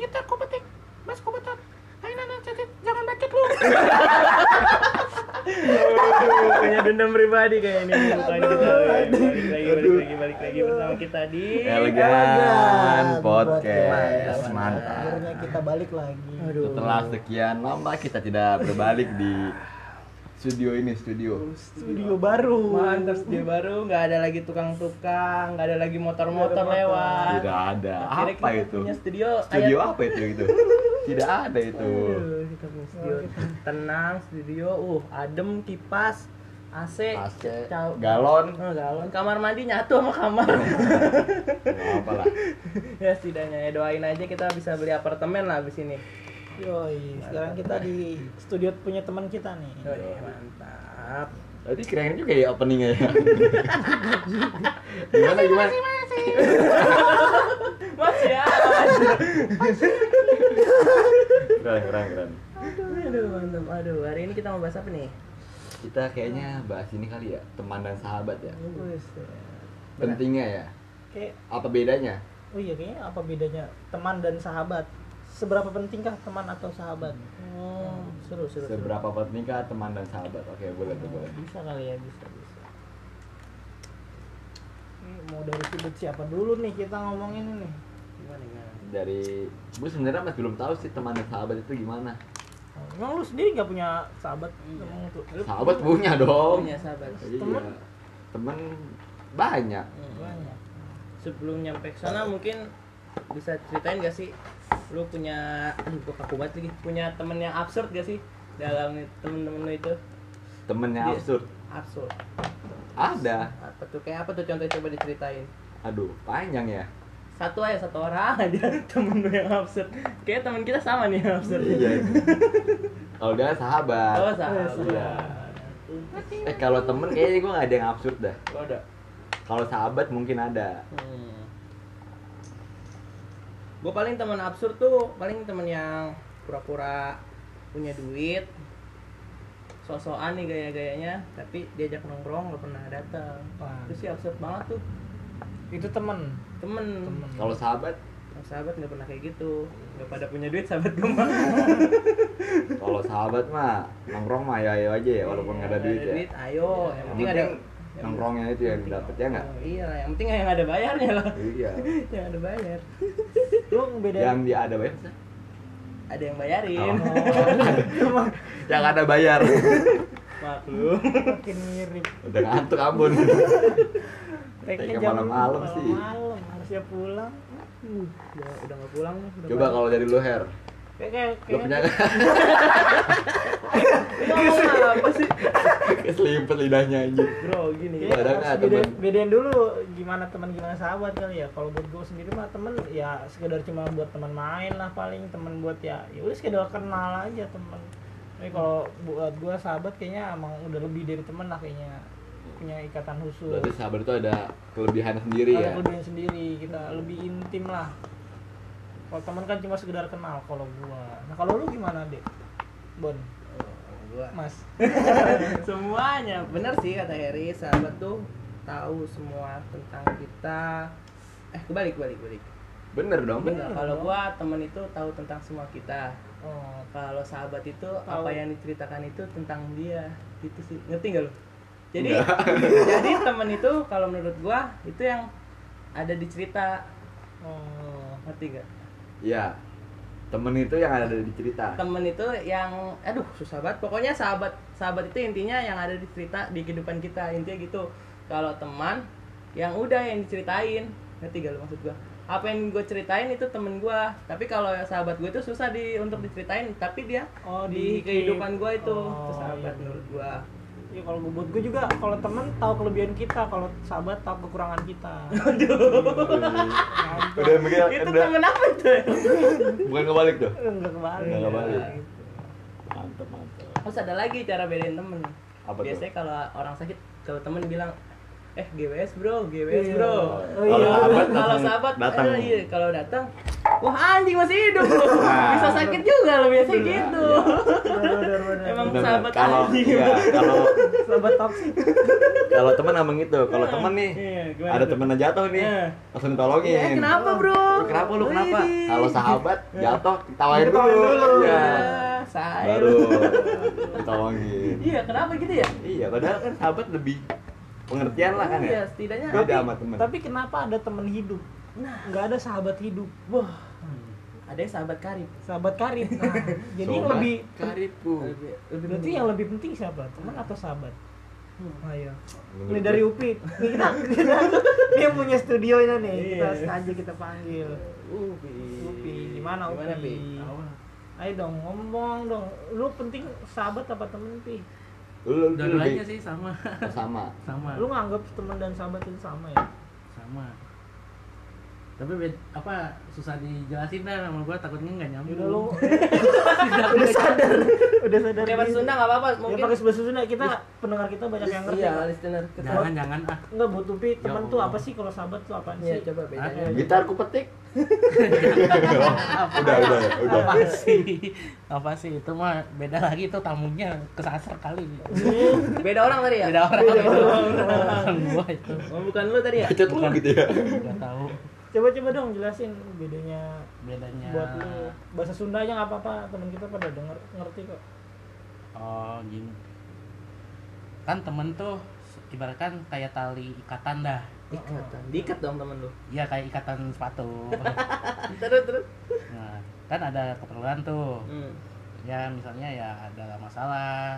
kita kopetik mas kopetot. Hai nana cacit jangan bacot lu. Punya dendam pribadi kayak ini bukan kita. Balik lagi bersama kita di Elegan Podcast. Mantap. Akhirnya kita balik lagi. Setelah sekian lama kita tidak berbalik di studio baru. Mantap, studio baru, nggak ada lagi tukang-tukang, nggak ada lagi motor-motor lewat. Tidak ada. Akhirnya Apa kita itu? punya studio Apa itu? Tidak ada itu. Kita punya studio tenang, studio, adem, kipas, AC, galon. galon, kamar mandi nyatu sama kamar. Apa lah. Ya setidaknya ya doain aja kita bisa beli apartemen lah abis ini. Yoi, sekarang kita di studio punya teman kita nih. Yoi, mantap. Tadi keren juga ya openingnya ya. Gimana? Masih ya. Keren. Aduh, mantap. Aduh, hari ini kita mau bahas apa nih? Kita kayaknya bahas ini kali ya, teman dan sahabat ya. Buset. Pentingnya ya. Kayak, Apa bedanya? oh iya kayaknya apa bedanya teman dan sahabat? Seberapa pentingkah teman atau sahabat? Seru. Seberapa pentingkah teman dan sahabat? Oke, boleh. Bisa kali ya, bisa. Ini mau dari sudut siapa dulu nih kita ngomongin ini? Gimana? Dari gue sebenarnya masih belum tahu sih teman dan sahabat itu gimana. Emang lu sendiri nggak punya sahabat? Emang tuh? Sahabat punya dong. Punya sahabat. Iya. Temen? Temen banyak. Banyak. Sebelum nyampe ke sana mungkin bisa ceritain gak sih lu punya gue kaku banget lagi, punya temen yang absurd gak sih dalam temen-temen lu itu? Temennya Dia- absurd. Absurd. Ada. Apa tuh, kayak apa tuh contohnya, coba diceritain. Aduh, panjang ya. Satu orang aja temen lu yang absurd. Kayak temen kita sama nih yang absurd. Iya. Kalau dia sahabat. Oh, sahabat. Iya. Kalau temen kayaknya gue nggak ada yang absurd dah. Oh, ada. Kalau sahabat mungkin ada. Gue paling teman absurd tuh paling temen yang pura-pura punya duit, sok-sokan nih gaya-gayanya, tapi diajak nongkrong gak pernah datang. Wah. Itu sih absurd banget tuh. Itu temen. Kalau sahabat, Yang sahabat nggak pernah kayak gitu, nggak pada punya duit sahabat gue mah. kalau sahabat mah nongkrong mah ayo aja ya, walaupun nggak ada duit ya. Ayo, yang penting ada nongkrongnya itu yang dapet ya nggak? Oh, iya lah, yang penting yang ada bayarnya lah. Iya. Yang ada bayar. Lu ngebedain Yang dia ada bayar. Ada yang bayarin. Oh. Yang ada bayar. Maklum. makin mirip. Udah ngantuk Ambon. Kayaknya Kayak malam-malam sih. Malam harusnya pulang. Udah nggak pulang nih. Udah Coba kalau dari lu Her, Kayak lu punya ngomong apa sih? keselimpet lidahnya anjing. Bro, gini. Iya. Ada nggak temen? bedain dulu gimana teman gimana sahabat kali ya. Kalau buat gue sendiri mah temen ya sekedar cuma buat teman main lah, paling temen buat ya udah sekedar kenal aja temen. Tapi kalau buat gue sahabat kayaknya emang udah lebih dari temen lah, kayaknya punya ikatan khusus. Berarti sahabat itu ada kelebihan sendiri ya. Ada kelebihan sendiri, kita lebih intim lah. Kalau teman kan cuma sekedar kenal kalau gua. Nah kalau lu gimana dek? Bon, Gua Mas. semuanya bener sih kata Heri, sahabat tuh tahu semua tentang kita. Kebalik. Bener dong. Bener. Kalau gua temen itu tahu tentang semua kita. Oh, Kalau sahabat itu Tahu. apa yang diceritakan itu tentang dia. Gitu sih. Ngerti gak lu? Jadi Enggak. jadi temen itu kalau menurut gua itu yang ada di cerita. oh. Ngerti gak? Iya. Temen itu yang ada di cerita. Temen itu yang susah banget. Pokoknya sahabat itu intinya yang ada di cerita di kehidupan kita, intinya gitu. Kalau teman yang udah yang diceritain, ngerti gak lu maksud gua? Apa yang gue ceritain itu temen gua, tapi kalau sahabat gue itu susah untuk diceritain, tapi dia di kehidupan gua itu sahabat iya. menurut gua. Iya kalau buat gue juga, kalau teman tahu kelebihan kita, kalau sahabat tahu kekurangan kita. Udah begini. Itu temen apa itu? Bukan kebalik tuh. Enggak kebalik. Enggak kebalik. Mantap. Terus ada lagi cara bedain temen. Apa tuh? Biasanya kalau orang sakit, kalau temen bilang GWS bro, GWS Iya. bro. Oh, iya. Kalau sahabat datang. iya, kalau datang, wah anjing masih hidup loh. Nah. Bisa sakit juga loh biasa gitu. Bener. Emang Bener-bener. sahabat Kalau anjing. iya, kalau Sahabat toksik. kalau teman ngomong gitu, kalau teman nih Iya, gimana ada tuh? temennya jatuh nih, Iya. langsung ditolongin. Ya, kenapa bro? Kenapa lu kenapa? Widih. Kalau sahabat jatuh, ditawain Ditawain dulu. dulu. Iya. Ya, saya. Baru ditolongin. Iya, kenapa gitu ya? Iya, padahal kan sahabat lebih pengertian lah kan Iya, ya. setidaknya. Beda sama temen. Tapi kenapa ada teman hidup? Nah, Nggak ada sahabat hidup. wah, ada yang sahabat karib. Sahabat karib. Nah, jadi yang Sobat lebih karibku. Lebih berarti yang lebih penting siapa? Teman atau sahabat? Ayo. Menurut Ini dari gue- Upi. Kita dia punya studio ini nih. Kita Iya. sengaja kita panggil. Upi, gimana Upi? Gimana, Pi? Ayo dong ngomong dong. Lu penting sahabat apa temen Pi? Lu Dua-duanya lebih sih sama. sama. Sama. Lu nganggap teman dan sahabat itu sama ya? Sama. Tapi apa susah dijelasin dah sama gua takutnya enggak nyambung. Udah lu udah sadar. Udah sadar. Kayak bahasa Sunda nggak apa-apa, Ya mungkin. pakai bahasa Sunda kita pendengar kita banyak yang ngerti. Iya, Pak. listener. Jangan ah. Enggak buat Upi, teman Ya tuh Allah. apa sih kalau sahabat tuh apaan Iya, sih? coba bedanya. Ah, Gitarku petik. Udah. Apa sih itu mah beda lagi tuh tamunya kesasar kali. Beda orang tadi ya? Beda orang. Beda Orang gua itu. Oh, bukan lu tadi ya? Bacot lu gitu ya. Enggak tahu Coba dong jelasin bedanya bedanya. buat lu. Bahasa Sunda aja nggak apa-apa, teman kita pada denger ngerti kok. Oh, gini. Kan temen tuh ibaratkan kayak tali ikatan dah. Ikatan. Diikat dong temen lu. Iya kayak ikatan sepatu. Terus. Nah, kan ada keperluan tuh. Hmm. Ya misalnya ya ada masalah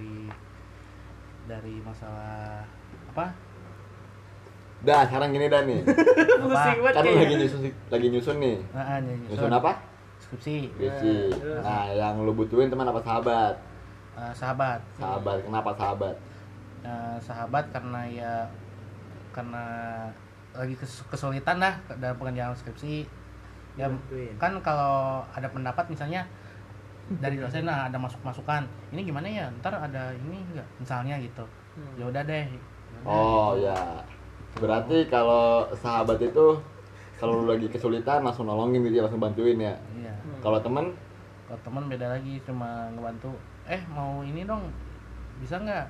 dari masalah apa? Dah, sekarang gini dah nih. Pusing banget Kan lu kayaknya. lagi nyusun nih. Nyusun apa? Skripsi. Skripsi. terus? Nah, yang lu butuhin teman apa sahabat? Sahabat. Sahabat. Kenapa sahabat? Sahabat karena lagi kesulitan dah dalam pengerjaan skripsi. Ya Bantuin. kan kalau ada pendapat misalnya dari dosen lah ada masukan ini gimana ya ntar ada ini enggak misalnya gitu ya udah deh. Oh ya. Berarti kalau sahabat itu kalau lu lagi kesulitan langsung nolongin gitu ya, langsung bantuin ya. Iya. Kalau teman Kalau teman beda lagi cuma ngebantu mau ini dong bisa nggak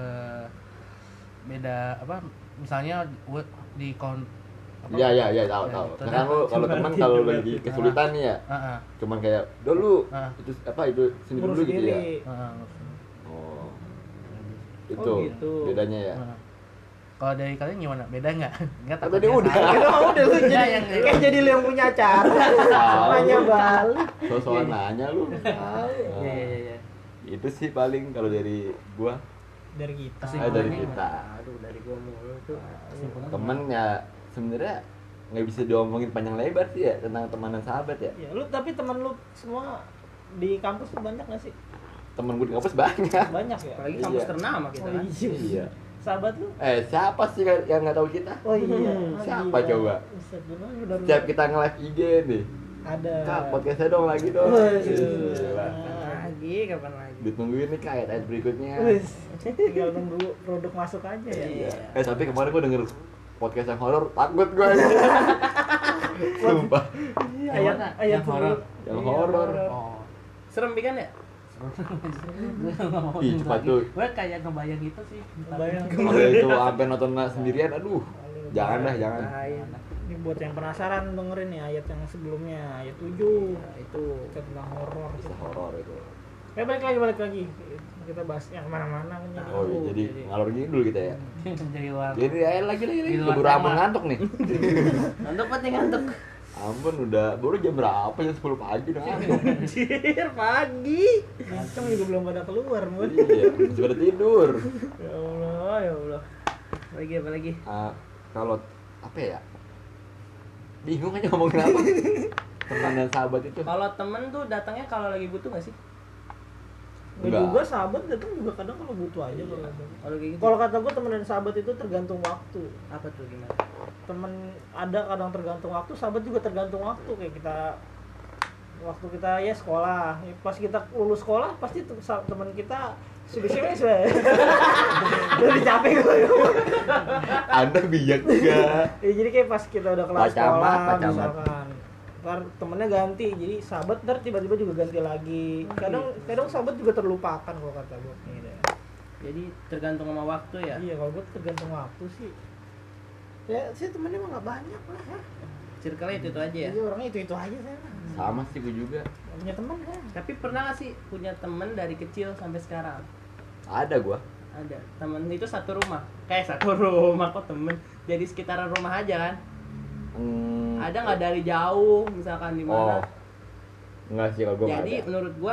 beda apa misalnya di apa? Iya tahu. Ya, itu Nah, dah. kan lu kalau teman kalau lagi kesulitan nih ya, Heeh. cuman kayak dulu itu sini Ngurus dulu gitu ya. sendiri. Oh. Oh, Itu gitu. bedanya ya. Heeh. Kalau dari kalian gimana? Beda nggak? Nggak Kan takutnya tadi udah. salah. Oh, udah lu Enggak, jadi yang kayak jadi lu yang punya acara. Tahu. Nanya balik. Sosokan nanya lu. Iya. Itu sih paling kalau dari gua. Dari kita. Dari kita. Aduh, dari gua mulu tuh. Kesimpulan Temen ya sebenarnya nggak bisa diomongin panjang lebar sih ya tentang teman dan sahabat ya. Ya, lu tapi teman lu semua di kampus tuh banyak gak sih? Temen gue di kampus banyak. Banyak ya? Apalagi kampus Iya. ternama kita kan. Iya. Sahabat lu? Siapa sih yang nggak tahu kita? Oh iya. Siapa Gila. coba? Buset, gimana udah Setiap kita nge-live IG nih, ada. Kak podcastnya dong lagi dong. Waduh. Gila. Kapan lagi? Ditungguin nih Kak ayat berikutnya. Wis, tinggal nunggu produk masuk aja ya. Iya. Tapi kemarin gue denger podcast yang horor, takut gue. Sumpah. Yang mana? Yang horor. Yang horor. Oh. Serem kan ya? Ih, cepat tuh. Gue kayak ngebayang gitu sih. Bayang. Kalau itu sampai nonton sendirian, aduh. Jangan dah, jangan. Bahaya. Ini buat yang penasaran dengerin nih ayat yang sebelumnya, ayat 7. Nah, itu. Tentang horor. Bisa horor itu. Balik lagi. Kita bahas yang mana-mana kan jadi. Oh iya, jadi ngalor ngidul kita ya. Jadi luar. Jadi ayo lagi. Di luar Keburu aman tema. ngantuk nih. Ngantuk banget nih ngantuk. Ampun udah baru jam berapa? Jam 10 pagi udah ngantuk. Anjir, pagi. Kenceng juga belum pada keluar, Bud. Iya, masih pada tidur. Ya Allah, ya Allah. Apa lagi? Kalau apa ya? Bingung aja ngomongin apa. Teman dan sahabat itu. Kalau temen tuh datangnya kalau lagi butuh nggak sih? Nggak Enggak. juga sahabat datang juga kadang kalau butuh aja kalau ada. Kalau kayak gitu. Kalau kata gue teman dan sahabat itu tergantung waktu. Apa tuh gimana? Temen ada kadang tergantung waktu, sahabat juga tergantung waktu. Kayak kita waktu kita ya sekolah, pas kita lulus sekolah pasti teman kita sudah SMS ya. Udah capek gue. Anda bijak juga. Ya, jadi kayak pas kita udah kelas Pacamat. sekolah misalkan, ntar temennya ganti, jadi sahabat ntar tiba-tiba juga ganti lagi. Kadang sahabat juga terlupakan kalau kata gue. Jadi tergantung sama waktu ya. Iya, kalau gue tergantung waktu sih. Ya sih temennya mah nggak banyak lah ya. Circle itu aja ya. Iya, orangnya itu aja saya. Sama sih gue juga. Gak punya teman kan? Tapi pernah gak sih punya temen dari kecil sampai sekarang? Ada gua. Ada. Temen itu satu rumah. Kayak satu rumah kok temen. Jadi sekitaran rumah aja kan? Ada nggak dari jauh misalkan di mana? Oh. Enggak sih kalau gua nggak Jadi ada. menurut gua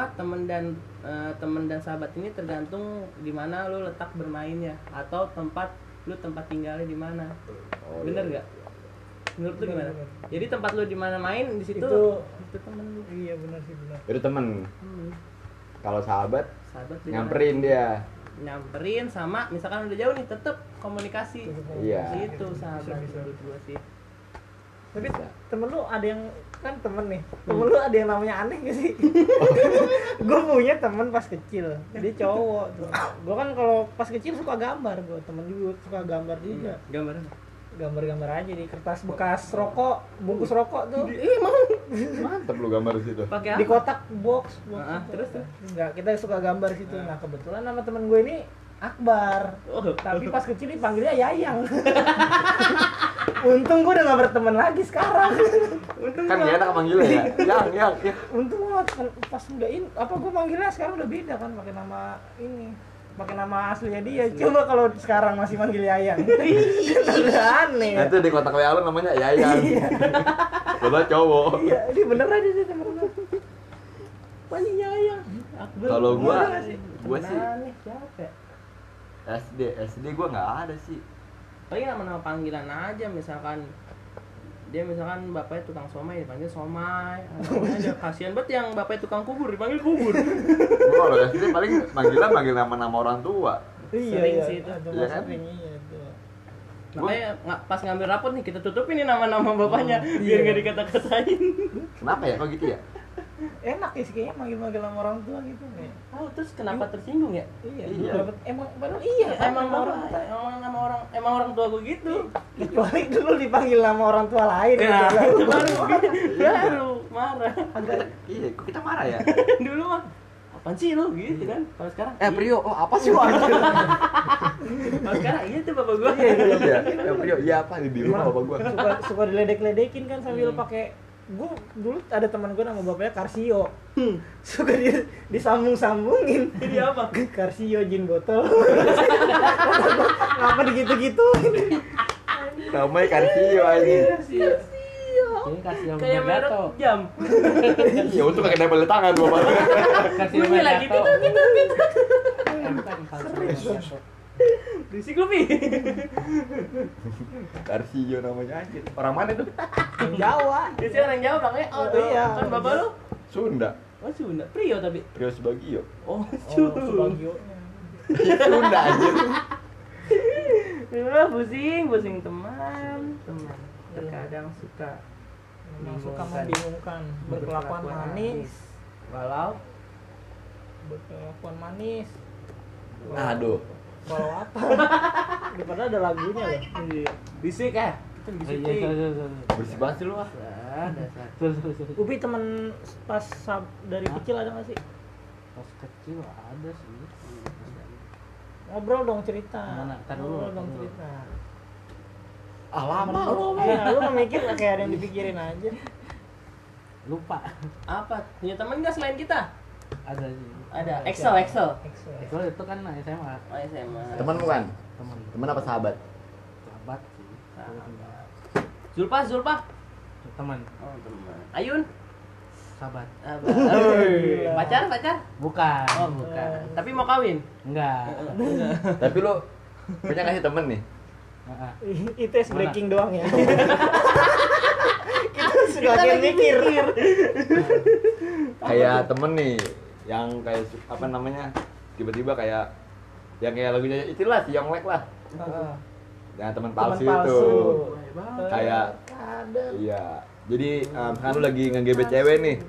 temen dan sahabat ini tergantung di mana lu letak bermainnya atau tempat tinggalnya di mana. Oh, Bener iya. nggak? Menurut lu gimana? Bener. Jadi tempat lu di mana main di situ itu temen lu. Iya benar sih benar. Itu temen. Kalau sahabat Sahabat di mana? nyamperin dia. Nyamperin sama misalkan udah jauh nih tetep komunikasi. Iya. Itu sahabat Bisa. menurut gua sih. Tapi temen lu ada yang kan temen nih, temen lu ada yang namanya aneh gak sih? Gue punya temen pas kecil, dia cowok tuh. Gue kan kalau pas kecil suka gambar, gue temen juga suka gambar juga. Gambaran. Gambar-gambar aja di kertas bekas rokok, bungkus rokok tuh. Mantep lu gambar di situ. Pakai Di apa? kotak box. Terus? Enggak, kita suka gambar di situ. Nah kebetulan nama temen gue ini Akbar. Oh. Tapi pas kecil dipanggilnya Yayang. Untung gue udah gak berteman lagi sekarang. Untung Kan gak enak manggilnya ya. Yang. Untung gue pas udahin apa gue manggilnya sekarang udah beda kan pakai nama ini. Pakai nama aslinya dia. Coba kalau sekarang masih manggil Yayang. Udah aneh. Nanti di kotak WA lu namanya Yayan. Padahal cowok. Iya, ini bener aja sih temen gue. paling Yayang. Akbar. Kalau gua Gua sih aneh siapa ya? SD gua nggak ada sih. Paling nama-nama panggilan aja misalkan dia misalkan bapaknya tukang somai dipanggil somai. Ada kasihan banget yang bapaknya tukang kubur dipanggil kubur. Gua kalau SD paling manggil nama-nama orang tua. Sering sih itu. Iya kan? Sering iya itu. Makanya pas ngambil rapot nih kita tutupin nih nama-nama bapaknya biar nggak dikata-katain. Kenapa ya kok gitu ya? Enak ya sih kayaknya manggil-manggil sama orang tua gitu nih. Oh, terus kenapa tersinggung ya? Iya, Iya. emang padahal iya kan Emang nama orang bapak, emang orang tua gue gitu. kecuali dulu dipanggil nama orang tua lain Ya, gitu. baru marah. Iya, kok kita marah ya? Dulu mah apaan sih lu gitu kan? Kalau sekarang Prio, oh apa sih lu anjir? Kalau sekarang iya tuh bapak gua. Iya, Prio, iya apa di rumah bapak gua. suka diledek-ledekin kan sambil pakai gue dulu ada teman gue nama bapaknya Karsio. Suka disambung-sambungin. Jadi apa? Karsio jin botol. Ngapa digitu-gitu? Namanya Karsio anjing. Ini kasih yang Kayak merek bergato. jam. Ya untung kagak nempel di tangan bapak. Kasih yang Bunyi lagi bergato. gitu. Berisik lu, Pi. Karsio namanya anjir. Orang mana tuh? Jawa. Dia sih orang Jawa makanya oh, Iya, kan bapak lu. Sunda. Oh, Sunda. Prio tapi. Prio Subagio. Oh, Oh, Sunda. Subagio. Sunda anjir. Pusing teman. Terkadang suka Memang suka membingungkan. Berkelakuan manis. Walau Berkelakuan manis. Aduh. Kalau apa? Padahal ada lagunya loh. bisik ya. Kita bisik. Bersih banget sih lu ah. Dasar. Upi temen pas dari kecil ada nggak sih? Pas kecil ada sih. Ngobrol dong cerita. Mana? Ntar dulu. Ngobrol dong cerita. Ah lama lu. Lu mah mikir lah kayak ada yang dipikirin aja. Lupa. Apa? Punya teman nggak selain kita? Ada sih. Ada. Excel. Itu kan SMA. Oh, SMA. Teman bukan? Temen. Teman apa sahabat? Sahabat sih. Zulpa. Teman. Oh, teman. Ayun. Sahabat. Pacar? Bukan. Oh, bukan. Tapi mau kawin? Enggak. Tapi lu punya nggak sih temen nih? Heeh. Itu es breaking doang ya. Itu sebagian mikir. Kayak temen nih yang kayak apa namanya? Tiba-tiba kayak yang kayak lagunya itulah si Yonglek lah. Yang teman palsu itu. Kayak Ada. iya. Jadi kan lu lagi ngegebet cewek nih.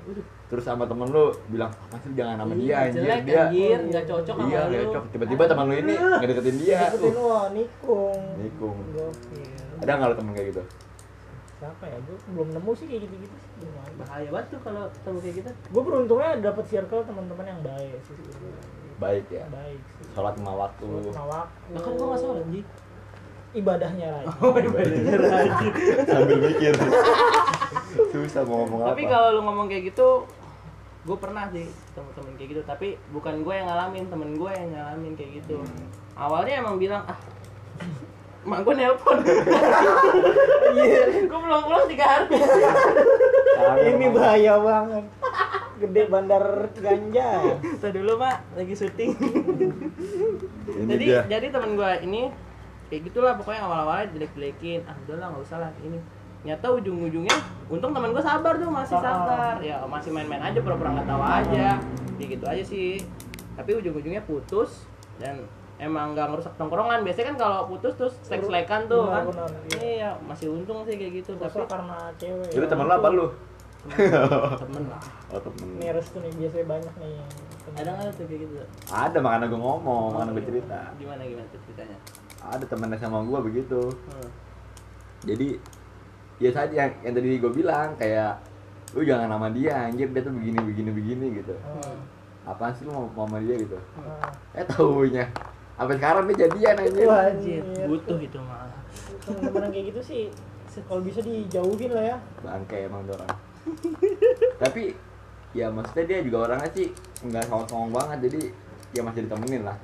terus sama temen lu bilang apa sih jangan sama dia anjir, jelek dia anjir, nggak cocok iya sama nggak lu. cocok, tiba-tiba teman lu ini nggak deketin dia. Deketin wah nikung. Nikung. Gokil. Ada nggak lu temen kayak gitu? Siapa ya? Gue belum nemu sih kayak gitu-gitu sih. Belum ada. Bahaya banget tuh kalau ketemu kayak gitu. Gue beruntungnya dapet circle teman-teman yang baik sih. Baik ya, Baik sih. sholat 5 waktu. Sholat 5 waktu. Nah, kan gua nggak sholat anjing. Ibadahnya rajin. Ibadahnya rajin. Sambil mikir susah mau ngomong apa. Tapi kalau lu ngomong kayak gitu, gue pernah sih temen-temen kayak gitu. Tapi bukan gue yang ngalamin, temen gue yang ngalamin kayak gitu. Awalnya emang bilang mak gue nelpon. Iya, gue belum pulang 3 hari. Ini bahaya banget. Gede bandar ganja. Tuh dulu mak lagi syuting. Ini jadi temen gue ini kayak gitulah pokoknya awal-awalnya jelek-jelekin. Udahlah nggak usah lah ini. Nyata ujung-ujungnya untung teman gue sabar tuh, masih sabar ya, masih main-main aja, pura-pura nggak tahu aja kayak gitu aja sih. Tapi ujung-ujungnya putus dan emang nggak ngerusak tongkrongan. Biasanya kan kalau putus terus selek-selekan tuh kan. Benar, Iya masih untung sih kayak gitu. Tapi Tapi karena cewek. Jadi temen lu apa lu? temen lah. Oh temen. Nih restu nih biasanya banyak nih. Ada nggak tuh kayak gitu? Ada, makanya gue ngomong, makanya gue cerita. Gimana tuh ceritanya? Ada temen sama gue begitu. Hmm. Jadi ya saja yang tadi gue bilang kayak lu jangan sama dia anjir, dia tuh begini gitu. Apaan sih lu mau sama dia gitu? Taunya apa sekarang dia jadian anjir. Wah, Anjir, butuh itu mah. Temen-temen kayak gitu sih kalau bisa dijauhin lah ya. Bangke emang tuh orang. Tapi ya maksudnya dia juga orangnya sih nggak songong banget, jadi ya masih ditemenin lah.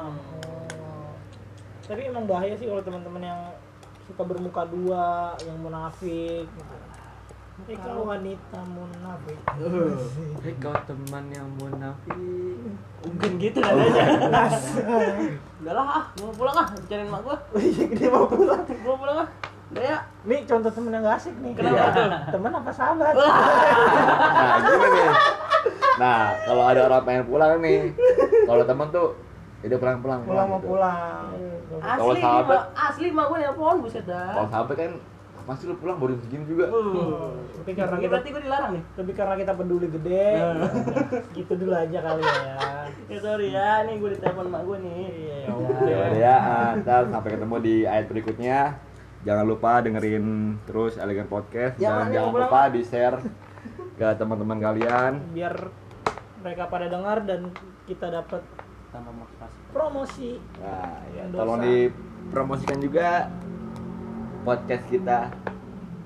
Tapi emang bahaya sih kalau teman-teman yang suka bermuka dua, yang munafik gitu. Kalau wanita munafik. Kau teman yang munafik. Mungkin gitu katanya. Udahlah gue mau pulang bicarain mak gue. Dia mau pulang. Gue mau pulang udah ya. Nih contoh temen yang gak asik nih. Kenapa tuh? Temen apa sahabat? Nah gini nih. Nah kalau ada orang pengen pulang nih, kalau teman tuh udah pulang Mau gitu. pulang. Kalau sahabat- asli mak gue nelpon buset Kalau dah. sahabat kan masih lu pulang baru segini juga. Tapi karena Ini kita berarti gue dilarang nih. tapi karena kita peduli gede, gitu dulu aja kali ya. Ya sorry ya, nih gue ditelepon mak gue nih. Iya ya Ya Allah. udah ya, ntar sampai ketemu di ayat berikutnya. Jangan lupa dengerin terus Elegan Podcast dan jangan lupa di-share ke teman-teman kalian. Biar mereka pada dengar dan kita dapat Tambah motivasi. promosi. Nah, ya, Dosa. tolong dipromosikan juga podcast kita.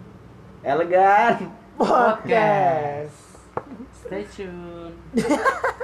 Elegan Podcast. Stay tune.